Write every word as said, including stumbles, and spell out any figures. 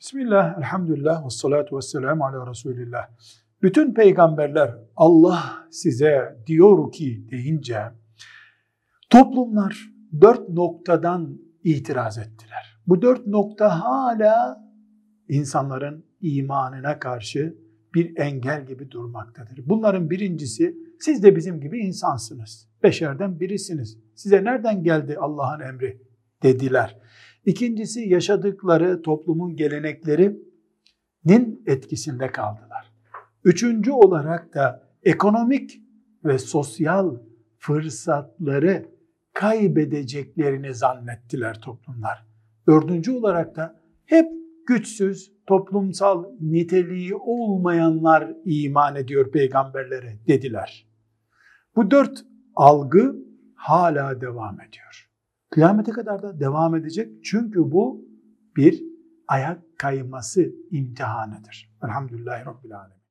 Bismillah, elhamdülillah, ve salatu ve selamu ala Resulillah. Bütün peygamberler Allah size diyor ki deyince toplumlar dört noktadan itiraz ettiler. Bu dört nokta hala insanların imanına karşı bir engel gibi durmaktadır. Bunların birincisi, siz de bizim gibi insansınız. Beşerden birisiniz. Size nereden geldi Allah'ın emri dediler. İkincisi, yaşadıkları toplumun geleneklerinin etkisinde kaldılar. Üçüncü olarak da ekonomik ve sosyal fırsatları kaybedeceklerini zannettiler toplumlar. Dördüncü olarak da hep güçsüz, toplumsal niteliği olmayanlar iman ediyor peygamberlere dediler. Bu dört algı hala devam ediyor. Kıyamete kadar da devam edecek. Çünkü bu bir ayak kayması imtihanıdır. Elhamdülillahi Rabbil Alemin.